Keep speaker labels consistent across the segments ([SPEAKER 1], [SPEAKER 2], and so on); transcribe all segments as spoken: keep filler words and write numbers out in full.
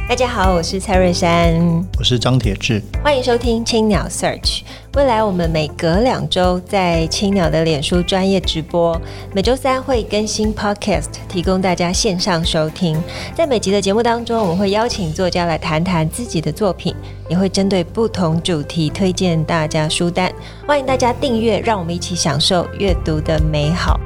[SPEAKER 1] 大家好，我是蔡瑞珊，
[SPEAKER 2] 我是张铁志，
[SPEAKER 1] 欢迎收听青鸟 Search。未来我们每隔两周在青鸟的脸书专业直播，每周三会更新 Podcast， 提供大家线上收听。在每集的节目当中，我们会邀请作家来谈谈自己的作品，也会针对不同主题推荐大家书单。欢迎大家订阅，让我们一起享受阅读的美好。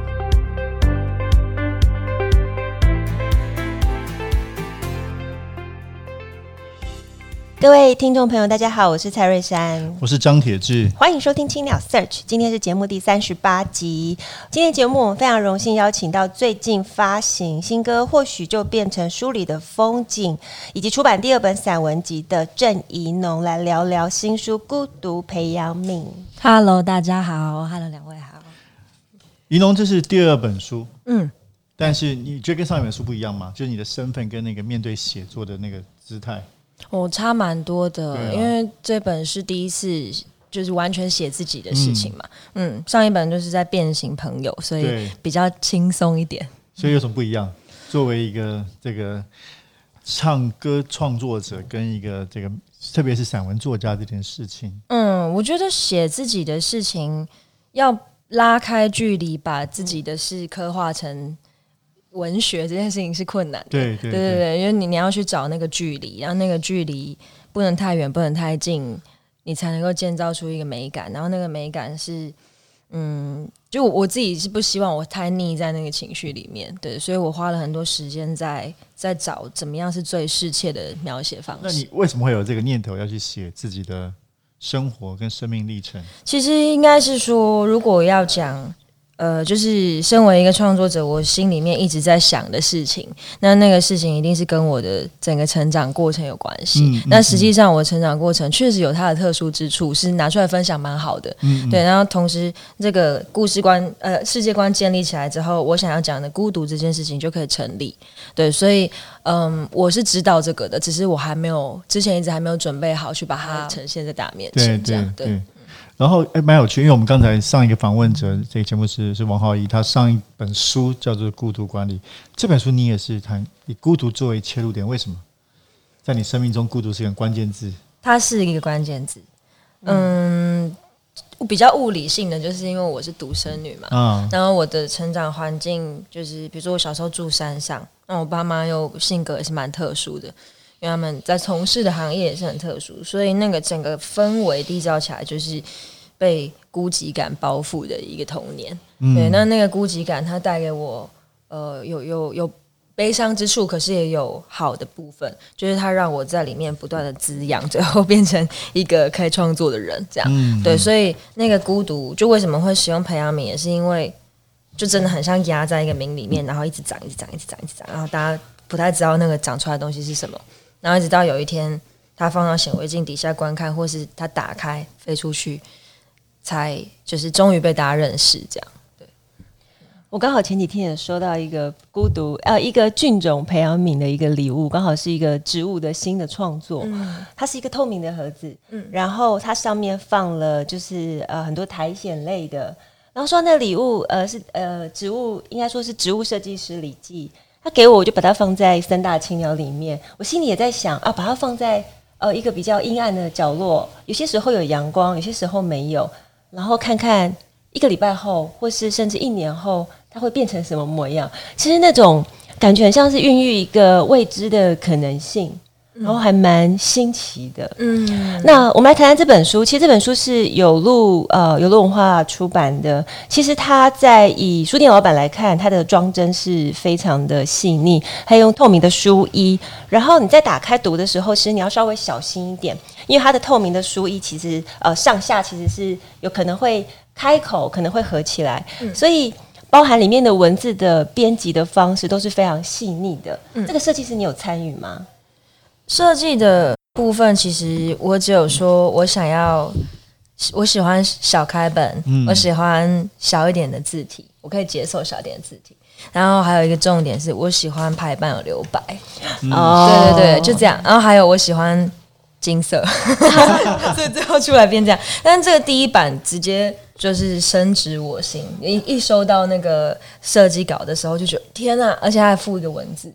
[SPEAKER 1] 各位听众朋友大家好，我是蔡瑞珊，
[SPEAKER 2] 我是张铁志，
[SPEAKER 1] 欢迎收听青鸟 Search。 今天是节目第三十八集。今天节目我们非常荣幸邀请到最近发行新歌或许就变成书里的风景，以及出版第二本散文集的郑宜农，来聊聊新书《孤独培养皿》。
[SPEAKER 3] Hello 大家好。 Hello 两位好。
[SPEAKER 2] 宜农，这是第二本书，
[SPEAKER 3] 嗯，
[SPEAKER 2] 但是你觉得跟上一本书不一样吗？就是你的身份跟那个面对写作的那个姿态。
[SPEAKER 3] 我差蛮多的、
[SPEAKER 2] 啊、
[SPEAKER 3] 因为这本是第一次就是完全写自己的事情嘛。 嗯, 嗯，上一本就是在变形朋友，所以比较轻松一点。
[SPEAKER 2] 所以有什么不一样？作为一个这个唱歌创作者跟一个这个特别是散文作家这件事情，
[SPEAKER 3] 嗯，我觉得写自己的事情要拉开距离，把自己的事刻画成文学这件事情是困难的。
[SPEAKER 2] 对对 对,
[SPEAKER 3] 对, 对因为 你, 你要去找那个距离，然后那个距离不能太远不能太近，你才能够建造出一个美感，然后那个美感是嗯，就我自己是不希望我太腻在那个情绪里面。对，所以我花了很多时间在在找怎么样是最适切的描写方式。
[SPEAKER 2] 那你为什么会有这个念头要去写自己的生活跟生命历程？
[SPEAKER 3] 其实应该是说，如果要讲呃，就是身为一个创作者，我心里面一直在想的事情，那那个事情一定是跟我的整个成长过程有关系。嗯嗯、那实际上我成长过程确实有它的特殊之处，是拿出来分享蛮好的。嗯嗯对，然后同时这个故事观呃世界观建立起来之后，我想要讲的孤独这件事情就可以成立。对，所以嗯，我是知道这个的，只是我还没有之前一直还没有准备好去把它呈现在大面前。这样对。对对
[SPEAKER 2] 然后蛮有趣，因为我们刚才上一个访问者，这个节目是是王浩一，他上一本书叫做《孤独管理》，这本书你也是谈以孤独作为切入点，为什么？在你生命中，孤独是一个关键字？
[SPEAKER 3] 它是一个关键字。嗯，比较物理性的，就是因为我是独生女嘛，嗯、然后我的成长环境就是，比如说我小时候住山上，那我爸妈又性格也是蛮特殊的。因为他们在从事的行业也是很特殊，所以那个整个氛围缔造起来就是被孤寂感包覆的一个童年。嗯、对，那那个孤寂感它带给我呃有有有悲伤之处，可是也有好的部分，就是它让我在里面不断的滋养，最后变成一个可以创作的人。这样，嗯、对，所以那个孤独，就为什么会使用培养皿，也是因为就真的很像压在一个皿里面，然后一直长，一直长，一直长，一直长，然后大家不太知道那个长出来的东西是什么。然后一直到有一天它放到显微镜底下观看，或是它打开飞出去，才就是终于被大家认识。这样。对，
[SPEAKER 1] 我刚好前几天也收到一个孤独呃一个菌种培养皿的一个礼物，刚好是一个植物的新的创作。嗯、它是一个透明的盒子，嗯、然后它上面放了就是呃很多苔藓类的，然后说那礼物呃是呃植物应该说是植物设计师李记。他给我，我就把它放在三大青鸟里面。我心里也在想啊，把它放在呃一个比较阴暗的角落，有些时候有阳光，有些时候没有，然后看看一个礼拜后，或是甚至一年后，它会变成什么模样。其实那种感觉很像是孕育一个未知的可能性，然后还蛮新奇的。嗯，那我们来谈谈这本书。其实这本书是有路呃有路文化出版的。其实它在以书店老板来看，它的装帧是非常的细腻，还用透明的书衣。然后你在打开读的时候，其实你要稍微小心一点，因为它的透明的书衣其实呃上下其实是有可能会开口，可能会合起来，嗯、所以包含里面的文字的编辑的方式都是非常细腻的。嗯、这个设计师你有参与吗？
[SPEAKER 3] 设计的部分其实我只有说我想要我喜欢小开本、嗯、我喜欢小一点的字体，我可以接受小一点的字体，然后还有一个重点是我喜欢排版有留白、嗯、对对对，就这样。然后还有我喜欢金色所以最后出来变这样。但是这个第一版直接就是深植我心，一一收到那个设计稿的时候就觉得天哪，而且还附一个文字，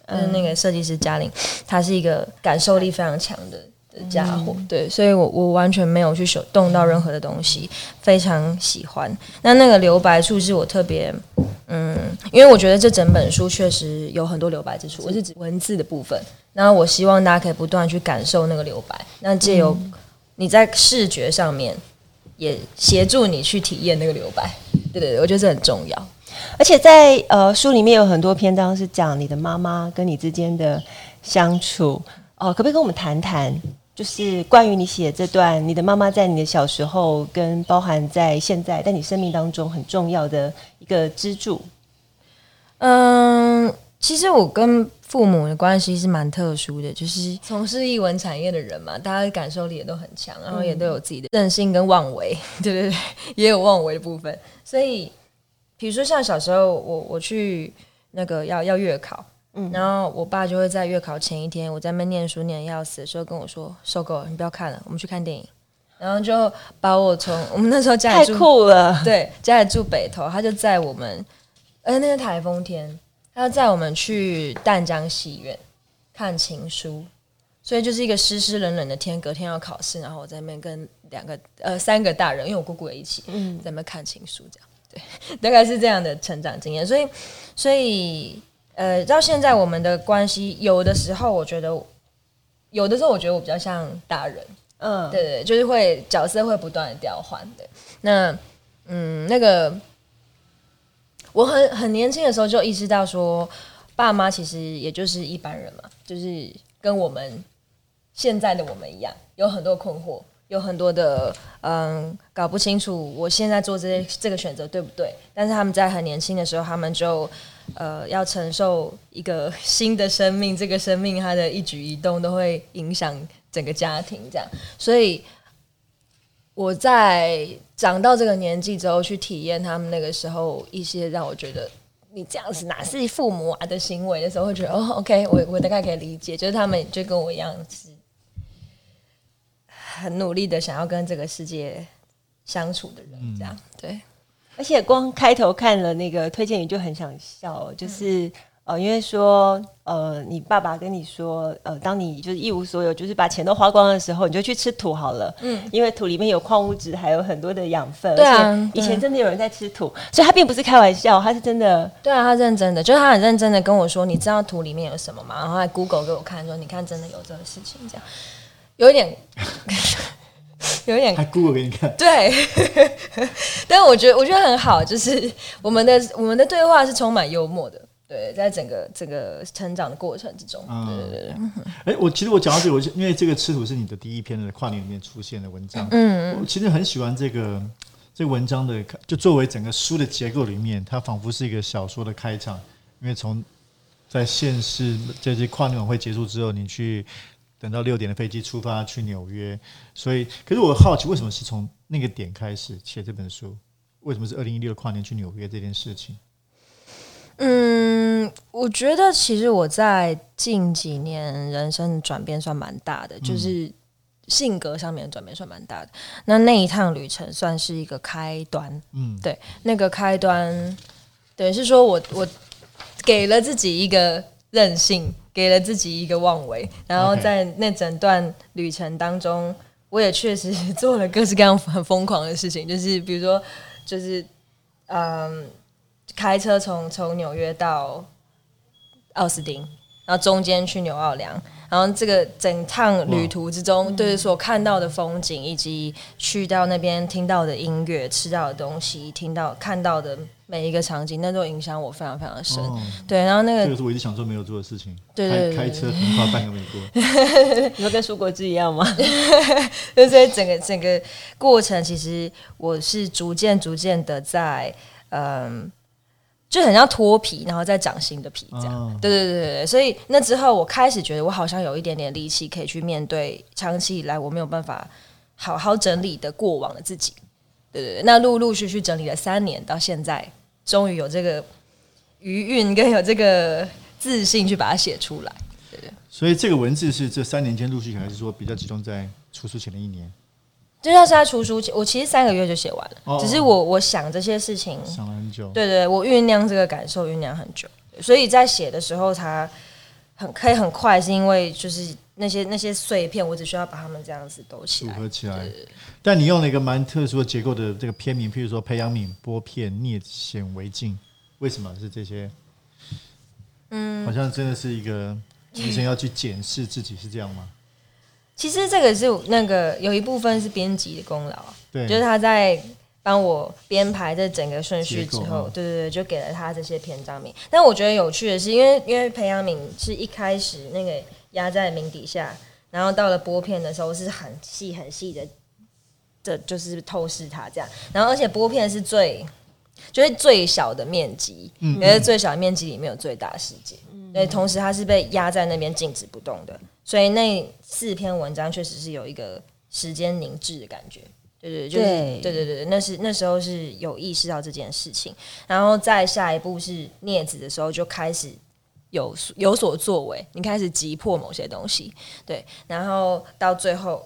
[SPEAKER 3] 就是那个设计师嘉玲，他是一个感受力非常强的的家伙，嗯、对，所以我我完全没有去手动到任何的东西，非常喜欢。那那个留白处是我特别，嗯，因为我觉得这整本书确实有很多留白之处，我是指文字的部分。然后我希望大家可以不断去感受那个留白，那借由你在视觉上面也协助你去体验那个留白。对对对，我觉得这很重要。
[SPEAKER 1] 而且在呃书里面有很多篇章是讲你的妈妈跟你之间的相处，哦、呃，可不可以跟我们谈谈？就是关于你写这段，你的妈妈在你的小时候，跟包含在现在，在你生命当中很重要的一个支柱。
[SPEAKER 3] 嗯，其实我跟父母的关系是蛮特殊的，就是从事艺文产业的人嘛，大家的感受力也都很强，然后也都有自己的任性跟妄为，对对对，也有妄为的部分。所以，比如说像小时候，我我去那个要要月考。嗯、然后我爸就会在月考前一天，我在那边念书念得要死的时候跟我说：“受够了，你不要看了，我们去看电影。”然后就把我从我们那时候家里住
[SPEAKER 1] 太酷了，
[SPEAKER 3] 对，家里住北投，他就载我们，而且那是台风天，他要载我们去淡江戏院看情书，所以就是一个湿湿冷冷的天，隔天要考试，然后我在那边跟两个呃三个大人，因为我姑姑也一起，嗯，在那边看情书，这样对，大概是这样的成长经验，所以所以。呃，到现在我们的关系，有的时候我觉得，有的时候我觉得我比较像大人，嗯，对对，就是会角色会不断的调换的。那，嗯，那个，我很很年轻的时候就意识到说，爸妈其实也就是一般人嘛，就是跟我们现在的我们一样，有很多困惑，有很多的嗯搞不清楚我现在做这些这个选择对不对？但是他们在很年轻的时候，他们就呃要承受一个新的生命，这个生命它的一举一动都会影响整个家庭，这样。所以我在长到这个年纪之后，去体验他们那个时候一些让我觉得你这样子哪是父母啊的行为的时候，会觉得哦 ，OK， 我我大概可以理解，就是他们就跟我一样是很努力的想要跟这个世界相处的人，这样、嗯、对。
[SPEAKER 1] 而且光开头看了那个推荐语就很想笑，就是、嗯、呃，因为说呃，你爸爸跟你说，呃，当你就是一无所有，就是把钱都花光的时候，你就去吃土好了，嗯，因为土里面有矿物质，还有很多的养分，
[SPEAKER 3] 对啊，
[SPEAKER 1] 而且以前真的有人在吃土，所以他并不是开玩笑，他是真的，
[SPEAKER 3] 对啊，他认真的，就是他很认真的跟我说，你知道土里面有什么吗？然后还 Google 给我看说，你看真的有这个事情，这样有一点。有一点，
[SPEAKER 2] 还 Google 给你看，
[SPEAKER 3] 对，但我觉得我觉得很好，就是我们的我们的对话是充满幽默的，对，在整个整个成长的过程之中，嗯、对对对。
[SPEAKER 2] 哎、欸，我其实我讲到这个，我因为这个吃土是你的第一篇的跨年里面出现的文章，嗯，我其实很喜欢这个这个文章的，就作为整个书的结构里面，它仿佛是一个小说的开场，因为从在县市这些跨年晚会结束之后，你去。等到六点的飞机出发去纽约，所以，可是我好奇，为什么是从那个点开始写这本书？为什么是二零一六的跨年去纽约这件事情？
[SPEAKER 3] 嗯，我觉得其实我在近几年人生的转变算蛮大的，就是性格上面的转变算蛮大的。那那一趟旅程算是一个开端，嗯，对，那个开端等于是说我我给了自己一个任性。给了自己一个妄为，然后在那整段旅程当中，我也确实做了各式各样很疯狂的事情，就是比如说，就是嗯，开车从从纽约到奥斯汀，然后中间去纽奥良，然后这个整趟旅途之中，对所看到的风景，以及去到那边听到的音乐、吃到的东西、听到看到的。每一个场景，那都影响我非常非常深。哦、对，然后那个
[SPEAKER 2] 这个是我一直想做没有做的事情。
[SPEAKER 3] 对对对对，
[SPEAKER 2] 开, 开车横跨半个美国，
[SPEAKER 1] 你说跟苏国志一样吗？
[SPEAKER 3] 就是整个整个过程，其实我是逐渐逐渐的在，嗯，就很像脱皮，然后再长新的皮这样。哦、对对对对，所以那之后，我开始觉得我好像有一点点力气可以去面对长期以来我没有办法好好整理的过往的自己。对对对，那陆陆续续整理了三年，到现在。终于有这个余韵跟有这个自信去把它写出来，对对。
[SPEAKER 2] 所以这个文字是这三年间陆续，还是说比较集中在出书前的一年？
[SPEAKER 3] 就像是在出书前，我其实三个月就写完了，哦、只是我我想这些事情
[SPEAKER 2] 想了很久，
[SPEAKER 3] 对对，我酝酿这个感受酝酿很久，所以在写的时候它很可以很快，是因为就是那些那些碎片，我只需要把它们这样子抖起来
[SPEAKER 2] 组合起来。但你用了一个蛮特殊的结构的这个片名，譬如说培养皿、拨片、镊显微镜，为什么是这些？嗯，好像真的是一个医生要去检视自己，是这样吗？
[SPEAKER 3] 其实这个是那个有一部分是编辑的功劳，对，就是他在帮我编排这整个顺序之后，对对对，就给了他这些篇章名。但我觉得有趣的是，因为因为培养皿是一开始那个压在皿底下，然后到了拨片的时候是很细很细的，的就是透视它这样，然后而且拨片是最。就是最小的面积，因为最小的面积里面有最大的世界，所以同时它是被压在那边静止不动的，所以那四篇文章确实是有一个时间凝滞的感觉，对对，就是对对对对，那是那时候是有意识到这件事情，然后再下一步是镊子的时候就开始有有所作为，你开始击破某些东西，对，然后到最后。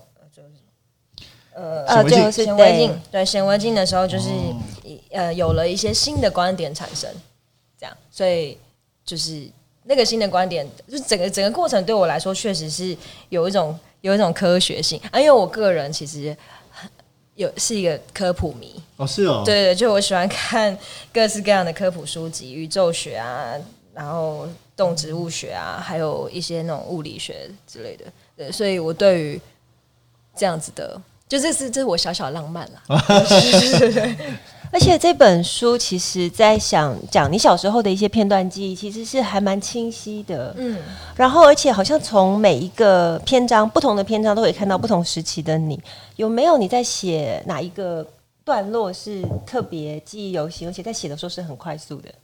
[SPEAKER 3] 呃，
[SPEAKER 2] 显
[SPEAKER 3] 显微镜，对显微镜的时候，就是、哦、呃有了一些新的观点产生，这样，所以就是那个新的观点，就是整个整个过程对我来说，确实是有一种有一种科学性啊，因为我个人其实有是一个科普迷
[SPEAKER 2] 哦，是哦，
[SPEAKER 3] 对对，就我喜欢看各式各样的科普书籍，宇宙学啊，然后动植物学啊，还有一些那种物理学之类的，对，所以我对于这样子的。就这是这是我小小浪漫啦，
[SPEAKER 1] 而且这本书其实在想讲你小时候的一些片段记忆，其实是还蛮清晰的，嗯，然后而且好像从每一个篇章不同的篇章都可以看到不同时期的你，有没有你在写哪一个段落是特别记忆犹新，而且在写的时候是很快速的？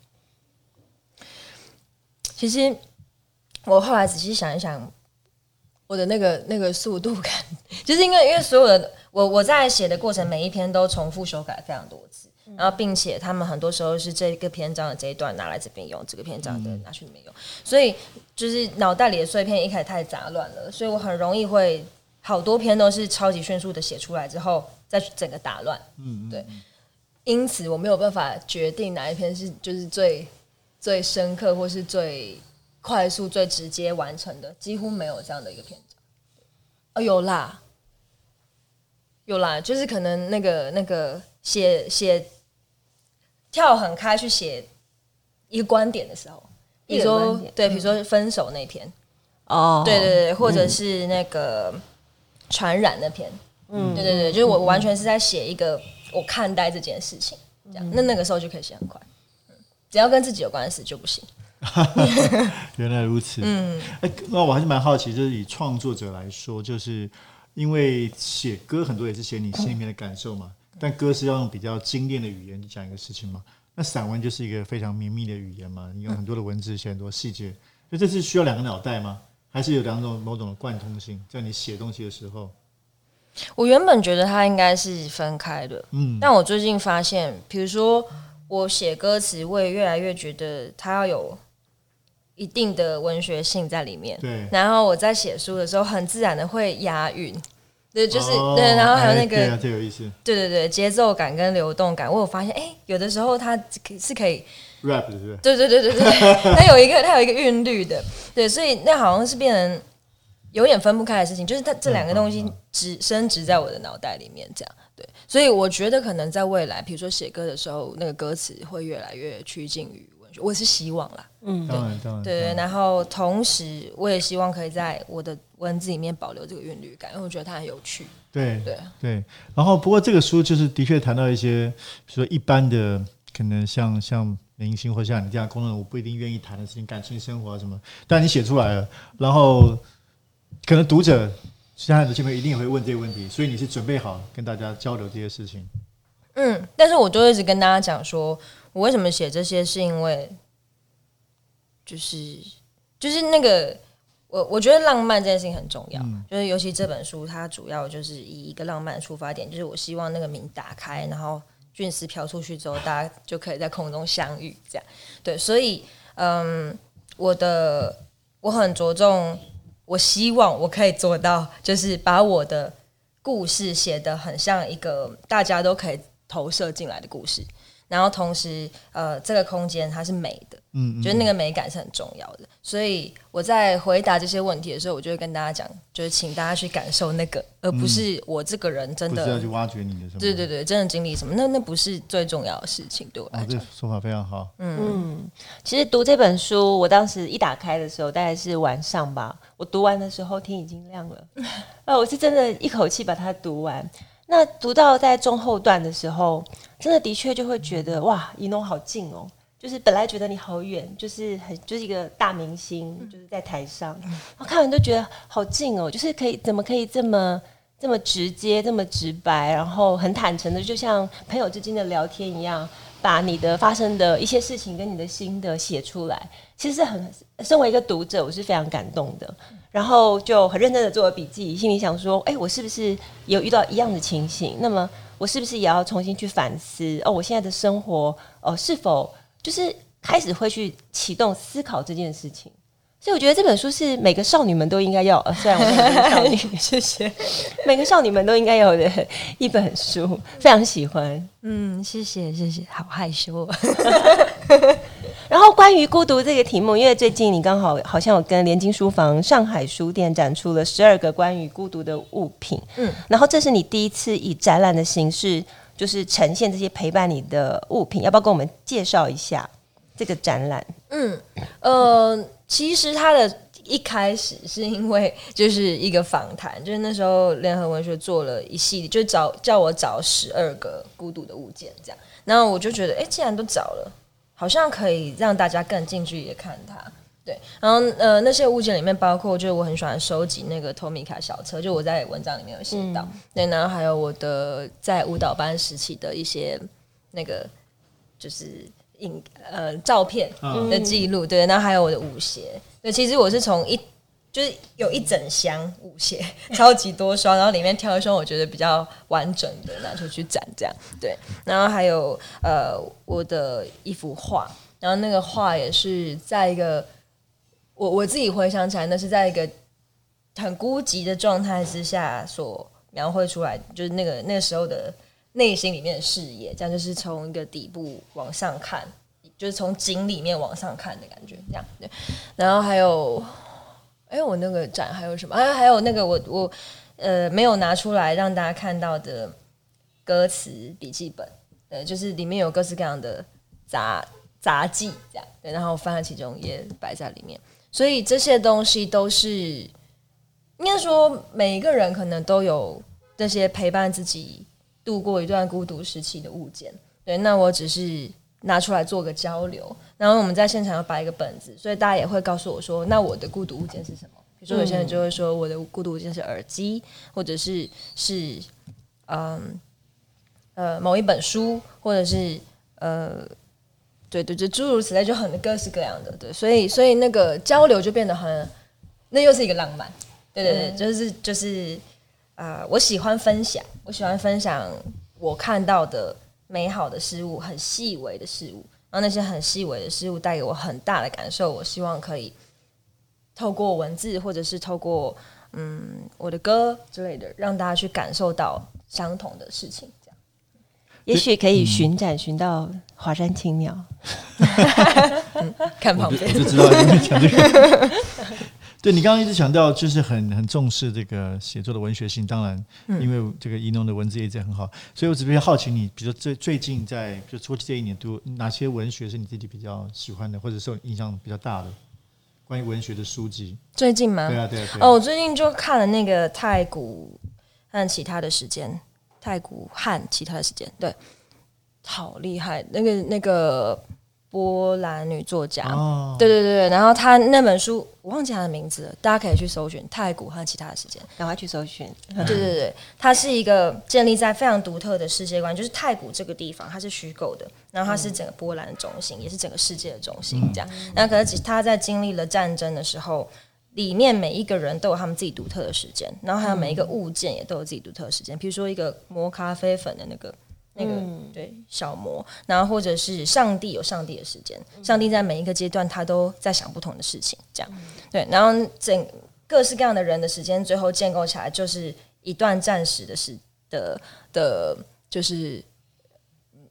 [SPEAKER 3] 其实我后来仔细想一想。我的那个那个速度感，就是因为因为所有的我我在写的过程，每一篇都重复修改非常多次，然后并且他们很多时候是这个篇章的这一段拿来这边用，这个篇章的拿去那边用，所以就是脑袋里的碎片一开始太杂乱了，所以我很容易会好多篇都是超级迅速的写出来之后，再整个打乱，嗯，对，因此我没有办法决定哪一篇是就是最最深刻或是最。快速最直接完成的，几乎没有这样的一个篇章。哦，有啦，有啦，就是可能那个那个写写跳很开去写一个观点的时候，比如说对，比如说分手那篇，哦，对对对，或者是那个传染那篇，嗯，对对对，就是我完全是在写一个我看待这件事情，这样，那那个时候就可以写很快，只要跟自己有关的事就不行。
[SPEAKER 2] 原来如此，嗯，哎，那我还是蛮好奇，就是以创作者来说，就是因为写歌很多也是写你心里面的感受嘛，但歌是要用比较精炼的语言去讲一个事情嘛，那散文就是一个非常绵密的语言嘛，你用很多的文字写很多细节，所以这是需要两个脑袋吗？还是有两种某种的贯通性，在你写东西的时候？
[SPEAKER 3] 我原本觉得它应该是分开的，嗯，但我最近发现，比如说我写歌词，我也越来越觉得它要有一定的文学性在里面，对。然后我在写书的时候，很自然的会押韵，对，就是、哦、对。然后还有那个，
[SPEAKER 2] 对啊，这有意思。
[SPEAKER 3] 对对对，节奏感跟流动感，我有发现，哎，有的时候它是可以
[SPEAKER 2] rap， 对不对？
[SPEAKER 3] 对对对对对，它有一个它有一个韵律的，对，所以那好像是变成有点分不开的事情，就是它这两个东西植深植在我的脑袋里面，这样对。所以我觉得可能在未来，比如说写歌的时候，那个歌词会越来越趋近于。我是希望啦，嗯，
[SPEAKER 2] 当然当然，
[SPEAKER 3] 对，然后同时我也希望可以在我的文字里面保留这个韵律感，因为我觉得它很有趣。
[SPEAKER 2] 对对对，然后不过这个书就是的确谈到一些，比如说一般的可能像像明星或像你这样公众人物不一定愿意谈的事情，感情生活啊什么，但你写出来了，然后可能读者现在的前面一定也会问这些问题，所以你是准备好跟大家交流这些事情。
[SPEAKER 3] 嗯，但是我就一直跟大家讲说。我为什么写这些？是因为，就是就是那个我我觉得浪漫这件事情很重要，嗯、就是尤其这本书，它主要就是以一个浪漫的出发点，就是我希望那个名打开，然后菌丝飘出去之后，大家就可以在空中相遇，这样对。所以，嗯，我的我很着重，我希望我可以做到，就是把我的故事写得很像一个大家都可以投射进来的故事。 然后同时呃这个空间它是美的，嗯，就是那个美感是很重要的。所以我在回答这些问题的时候，我就会跟大家讲，就是请大家去感受那个，而不是我这个人真的、
[SPEAKER 2] 嗯、不是要去挖掘你的什么，
[SPEAKER 3] 对对对，真的经历什么，那那不是最重要的事情，对我来讲。
[SPEAKER 2] 哦，这说法非常好。
[SPEAKER 1] 嗯嗯，其实读这本书，我当时一打开的时候，大概是晚上吧，我读完的时候天已经亮了，呃，我是真的一口气把它读完。那读到在中后段的时候，真的的确就会觉得哇，宜农好近哦。就是本来觉得你好远，就是很就是一个大明星，就是在台上，我看完都觉得好近哦，就是可以怎么可以这么这么直接，这么直白，然后很坦诚的，就像朋友之间的聊天一样，把你的发生的一些事情跟你的心得写出来，其实是很身为一个读者，我是非常感动的。然后就很认真的做了笔记，心里想说，哎，我是不是有遇到一样的情形？那么我是不是也要重新去反思？哦，我现在的生活，哦，是否就是开始会去启动思考这件事情？所以我觉得这本书是每个少女们都应该要，呃、虽然我是少女，谢谢，每个少女们都应该有的一本书，非常喜欢。
[SPEAKER 3] 嗯，谢谢谢谢，好害羞。
[SPEAKER 1] 然后关于孤独这个题目，因为最近你刚好好像有跟联经书房上海书店展出了十二个关于孤独的物品，嗯，然后这是你第一次以展览的形式，就是呈现这些陪伴你的物品，要不要跟我们介绍一下这个展览？
[SPEAKER 3] 嗯，呃，其实它的一开始是因为就是一个访谈，就是那时候联合文学做了一系列，就找叫我找十二个孤独的物件这样，然后我就觉得，哎，既然都找了。好像可以让大家更近距离的看它，对。然后呃，那些物件里面包括，就是我很喜欢收集那个托米卡小车，就我在文章里面有写到，嗯、对。然后还有我的在舞蹈班时期的一些那个就是影呃照片的记录，对。然后还有我的舞鞋，对。其实我是从一就是有一整箱舞鞋，超级多双，然后里面挑一双我觉得比较完整的拿出去展，这样对。然后还有呃我的一幅画，然后那个画也是在一个我我自己回想起来，那是在一个很孤寂的状态之下所描绘出来，就是那个那个时候的内心里面的视野，这样就是从一个底部往上看，就是从井里面往上看的感觉，这样对。然后还有。哎，我那个展还有什么？还、啊、还有那个我我呃没有拿出来让大家看到的歌词笔记本，呃，就是里面有各式各样的杂杂记，这样对，然后翻了其中也摆在里面。所以这些东西都是应该说每一个人可能都有那些陪伴自己度过一段孤独时期的物件，对，那我只是拿出来做个交流。然后我们在现场要摆一个本子，所以大家也会告诉我说，那我的孤独物件是什么？比如说有些人就会说我的孤独物件是耳机，或者是是嗯呃某一本书，或者是呃对对，就诸如此类，就很各式各样的，对，所以所以那个交流就变得很，那又是一个浪漫，对对对，嗯、就是就是啊、呃，我喜欢分享，我喜欢分享我看到的美好的事物，很细微的事物。然后那些很细微的事物带给我很大的感受，我希望可以透过文字或者是透过嗯我的歌之类的，让大家去感受到相同的事情。这样，
[SPEAKER 1] 也许可以巡展巡到华山青鸟，
[SPEAKER 3] 嗯、看旁边
[SPEAKER 2] 我就知道你会讲这个。对，你刚刚一直强调，就是很很重视这个写作的文学性。当然，嗯、因为这个宜农的文字也一直很好，所以我只比较好奇你，比如说最最近在，比如说这一年读哪些文学是你自己比较喜欢的，或者受影响比较大的关于文学的书籍？
[SPEAKER 3] 最近吗？
[SPEAKER 2] 对啊，对啊，对啊。
[SPEAKER 3] 哦，我最近就看了那个太古和其他的时间，太古和其他的时间，对，好厉害，那个那个。波兰女作家，哦、对对对，然后她那本书我忘记她的名字了，大家可以去搜寻《太古和其他的时间》，
[SPEAKER 1] 赶快去搜寻。
[SPEAKER 3] 对对对，它是一个建立在非常独特的世界观，就是太古这个地方它是虚构的，然后它是整个波兰的中心，嗯、也是整个世界的中心，这样。那可是他在经历了战争的时候，里面每一个人都有他们自己独特的时间，然后还有每一个物件也都有自己独特的时间，比如说一个磨咖啡粉的那个。那个对小魔，然后或者是上帝有上帝的时间，上帝在每一个阶段他都在想不同的事情，这样对，然后整各式各样的人的时间，最后建构起来就是一段战时的时的的，就是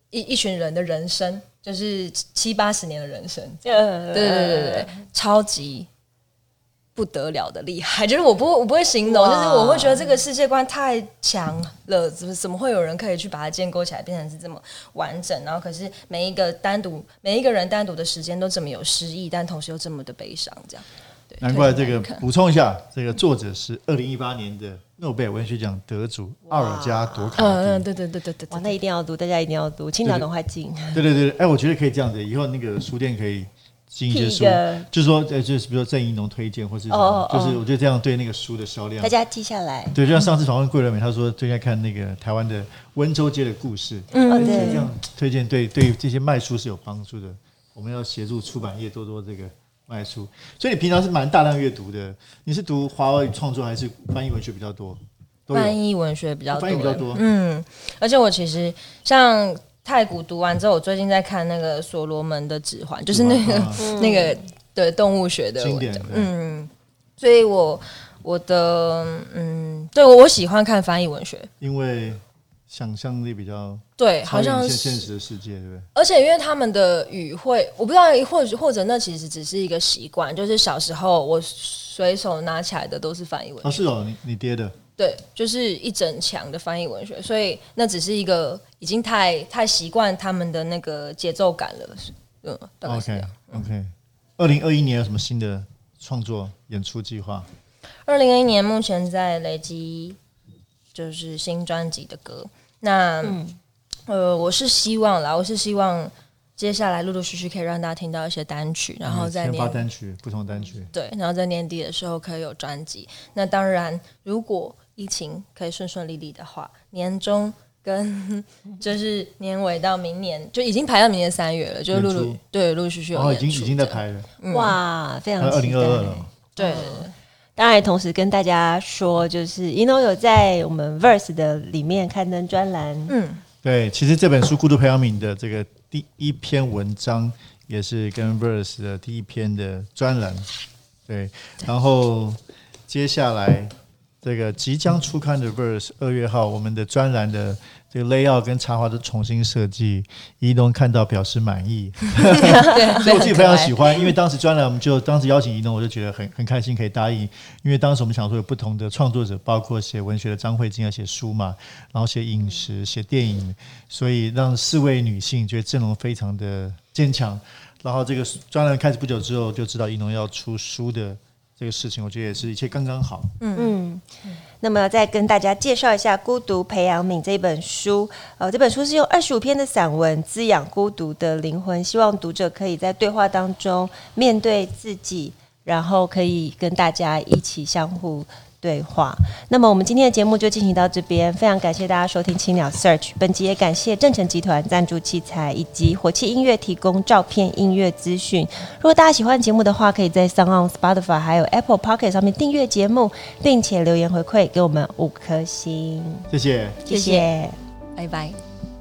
[SPEAKER 3] 一一群人的人生，就是七八十年的人生，对对对对对，超级不得了的厉害，就是我不我不会形容，就是我会觉得这个世界观太强了，怎么怎么会有人可以去把它建构起来，变成是这么完整？然后可是每一个单独每一个人单独的时间都这么有诗意，但同时又这么的悲伤，这样。
[SPEAKER 2] 难怪这个补充一下，这个作者是二零一八年的诺贝尔文学奖得主奥尔加·朵卡蒂。
[SPEAKER 3] 嗯，对对对对对，
[SPEAKER 1] 哇，那一定要读，大家一定要读，青鸟赶快进。
[SPEAKER 2] 对对对，哎，我觉得可以这样子，以后那个书店可以进一些书，就是说，呃，就是比如说郑怡农推荐，或是什么，哦哦就是我觉得这样对那个书的销量，
[SPEAKER 1] 大家记下来。
[SPEAKER 2] 对，就像上次访问桂纶镁，他说最近在看那个台湾的温州街的故事，
[SPEAKER 1] 嗯，
[SPEAKER 2] 对，这样推荐对对这些卖书是有帮助的。我们要协助出版业多多这个卖书，所以你平常是蛮大量阅读的。你是读华语创作还是翻译文学比较多？
[SPEAKER 3] 翻译文学比较多，
[SPEAKER 2] 翻译比较多。
[SPEAKER 3] 嗯，而且我其实像太古读完之后，我最近在看那个所罗门的指环，就是那个、嗯、那个对动物学的
[SPEAKER 2] 经典，
[SPEAKER 3] 嗯，所以我我的嗯，对我我喜欢看翻译文学，
[SPEAKER 2] 因为想象力比较
[SPEAKER 3] 对，好像是
[SPEAKER 2] 现实的世界，对不对？
[SPEAKER 3] 而且因为他们的语汇，我不知道，或者或者那其实只是一个习惯，就是小时候我随手拿起来的都是翻译文学。
[SPEAKER 2] 哦，是哦，你你爹的。
[SPEAKER 3] 对，就是一整墙的翻译文学，所以那只是一个已经太太习惯他们的那个节奏感了。嗯
[SPEAKER 2] ，OK OK。二零二一年有什么新的创作演出计划？
[SPEAKER 3] 二零二一年目前在累积就是新专辑的歌。那、嗯、呃，我是希望啦，我是希望接下来陆陆续续可以让大家听到一些单曲，然后在
[SPEAKER 2] 年、嗯、发单曲，不同单曲。
[SPEAKER 3] 对，然后在年底的时候可以有专辑。那当然，如果疫情可以顺顺利利的话，年中跟就是年尾到明年就已经排到明年三月了，就陆陆对陆陆续续有演出、
[SPEAKER 2] 哦、已经已经在排了、
[SPEAKER 1] 嗯、哇，非常期待。
[SPEAKER 2] 二零二二了，
[SPEAKER 3] 对。
[SPEAKER 1] 嗯，当然，同时跟大家说，就是怡农有在我们 Verse 的里面刊登专栏。
[SPEAKER 3] 嗯，
[SPEAKER 2] 对，其实这本书《孤独培养皿》的这个第一篇文章，也是跟 Verse 的第一篇的专栏。对，然后接下来这个即将出刊的 Verse 二月号，我们的专栏的这个 layout 跟插画都重新设计，怡农看到表示满意，所以我自己非常喜欢。因为当时专栏我们就当时邀请怡农，我就觉得很很开心可以答应，因为当时我们想说有不同的创作者，包括写文学的张慧晶要写书嘛，然后写饮食、写电影，所以让四位女性觉得阵容非常的坚强。然后这个专栏开始不久之后，就知道怡农要出书的这个事情，我觉得也是一切刚刚好。
[SPEAKER 1] 嗯嗯，那么再跟大家介绍一下《孤独培养皿》这本书。呃，这本书是用二十五篇的散文滋养孤独的灵魂，希望读者可以在对话当中面对自己，然后可以跟大家一起相互对话。那么我们今天的节目就进行到这边，非常感谢大家收听青鸟 Search。本集也感谢正成集团赞助器材以及火气音乐提供照片音乐资讯。如果大家喜欢节目的话，可以在 SoundOn、Spotify 还有 Apple Podcast 上面订阅节目，并且留言回馈给我们五颗星。
[SPEAKER 2] 谢谢，
[SPEAKER 1] 谢谢，
[SPEAKER 3] 拜拜。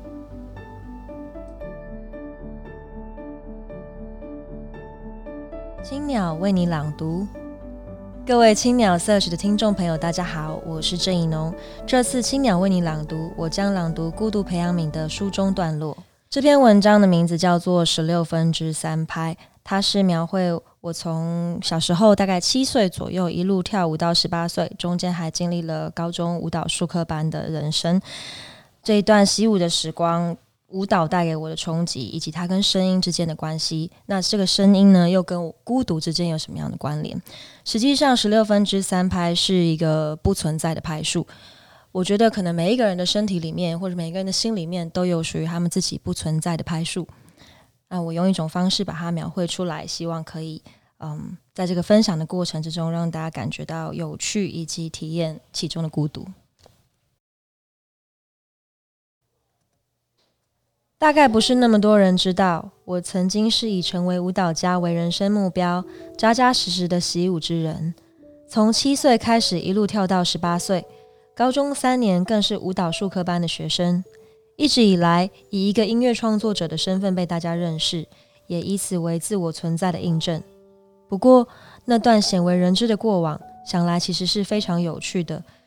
[SPEAKER 3] 青鸟为你朗读。各位青鸟 Search 的听众朋友大家好，我是郑怡农。这次青鸟为你朗读，我将朗读《孤独培养皿》的书中段落。这篇文章的名字叫做十六分之三拍，它是描绘我从小时候大概七岁左右一路跳舞到十八岁，中间还经历了高中舞蹈术科班的人生。这一段习舞的时光，舞蹈带给我的冲击，以及它跟声音之间的关系。那这个声音呢，又跟孤独之间有什么样的关联？实际上，十六分之三拍是一个不存在的拍数。我觉得可能每一个人的身体里面，或者每一个人的心里面，都有属于他们自己不存在的拍数。那我用一种方式把它描绘出来，希望可以，嗯，在这个分享的过程之中，让大家感觉到有趣，以及体验其中的孤独。大概不是那么多人知道，我曾经是以成为舞蹈家为人生目标，扎扎实实的习舞之人。从七岁开始一路跳到十八岁，高中三年更是舞蹈术科班的学生。一直以来，以一个音乐创作者的身份被大家认识，也以此为自我存在的印证。不过，那段鲜为人知的过往，想来其实是非常有趣的，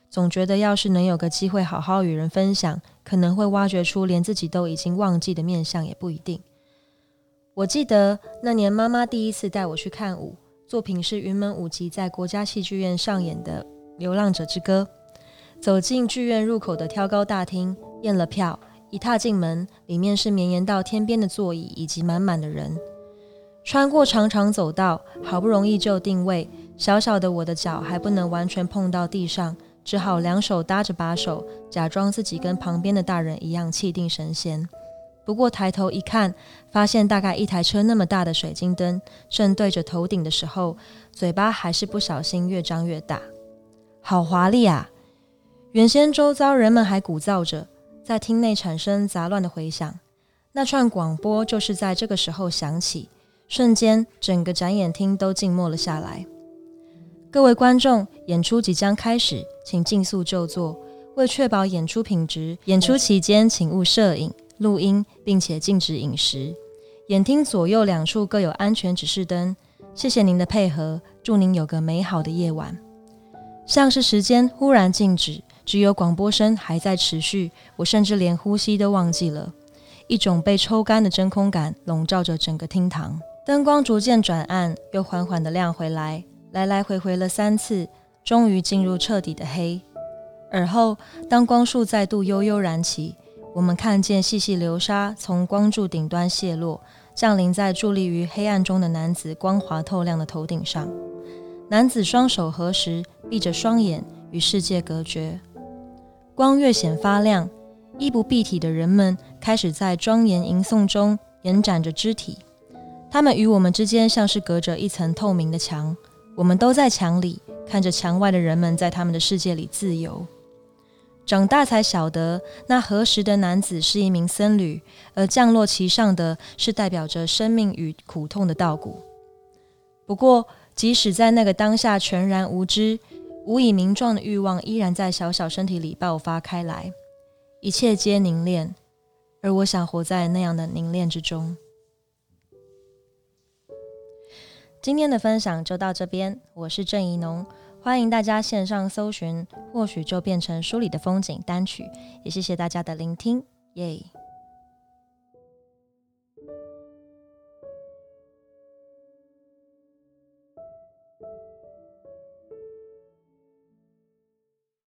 [SPEAKER 3] 总觉得要是能有个机会好好与人分享，可能会挖掘出连自己都已经忘记的面向，也不一定。我记得那年妈妈第一次带我去看舞，作品是云门舞集在国家戏剧院上演的《流浪者之歌》。走进剧院入口的挑高大厅，验了票，一踏进门，里面是绵延到天边的座椅以及满满的人。穿过长长走道，好不容易就定位，小小的我的脚还不能完全碰到地上，只好两手搭着把手，假装自己跟旁边的大人一样气定神闲。不过抬头一看，发现大概一台车那么大的水晶灯正对着头顶的时候，嘴巴还是不小心越张越大。好华丽啊！原先周遭人们还鼓噪着，在厅内产生杂乱的回响。那串广播就是在这个时候响起，瞬间整个展演厅都静默了下来。各位观众，演出即将开始，请尽速就座。为确保演出品质，演出期间请勿摄影、录音，并且禁止饮食。演厅左右两处各有安全指示灯。谢谢您的配合，祝您有个美好的夜晚。像是时间忽然静止，只有广播声还在持续，我甚至连呼吸都忘记了。一种被抽干的真空感笼罩着整个厅堂。灯光逐渐转暗，又缓缓地亮回来，来来回回了三次，终于进入彻底的黑。而后，当光束再度悠悠燃起，我们看见细细流沙从光柱顶端泻落，降临在伫立于黑暗中的男子光滑透亮的头顶上。男子双手合十，闭着双眼，与世界隔绝。光越显发亮，衣不蔽体的人们开始在庄严吟诵中延展着肢体。他们与我们之间像是隔着一层透明的墙，我们都在墙里，看着墙外的人们在他们的世界里自由。长大才晓得，那合十的男子是一名僧侣，而降落其上的是代表着生命与苦痛的稻谷。不过，即使在那个当下全然无知，无以名状的欲望依然在小小身体里爆发开来，一切皆凝练，而我想活在那样的凝练之中。今天的分享就到这边，我是郑怡农，欢迎大家线上搜寻，或许就变成书里的风景单曲，也谢谢大家的聆听，耶、yeah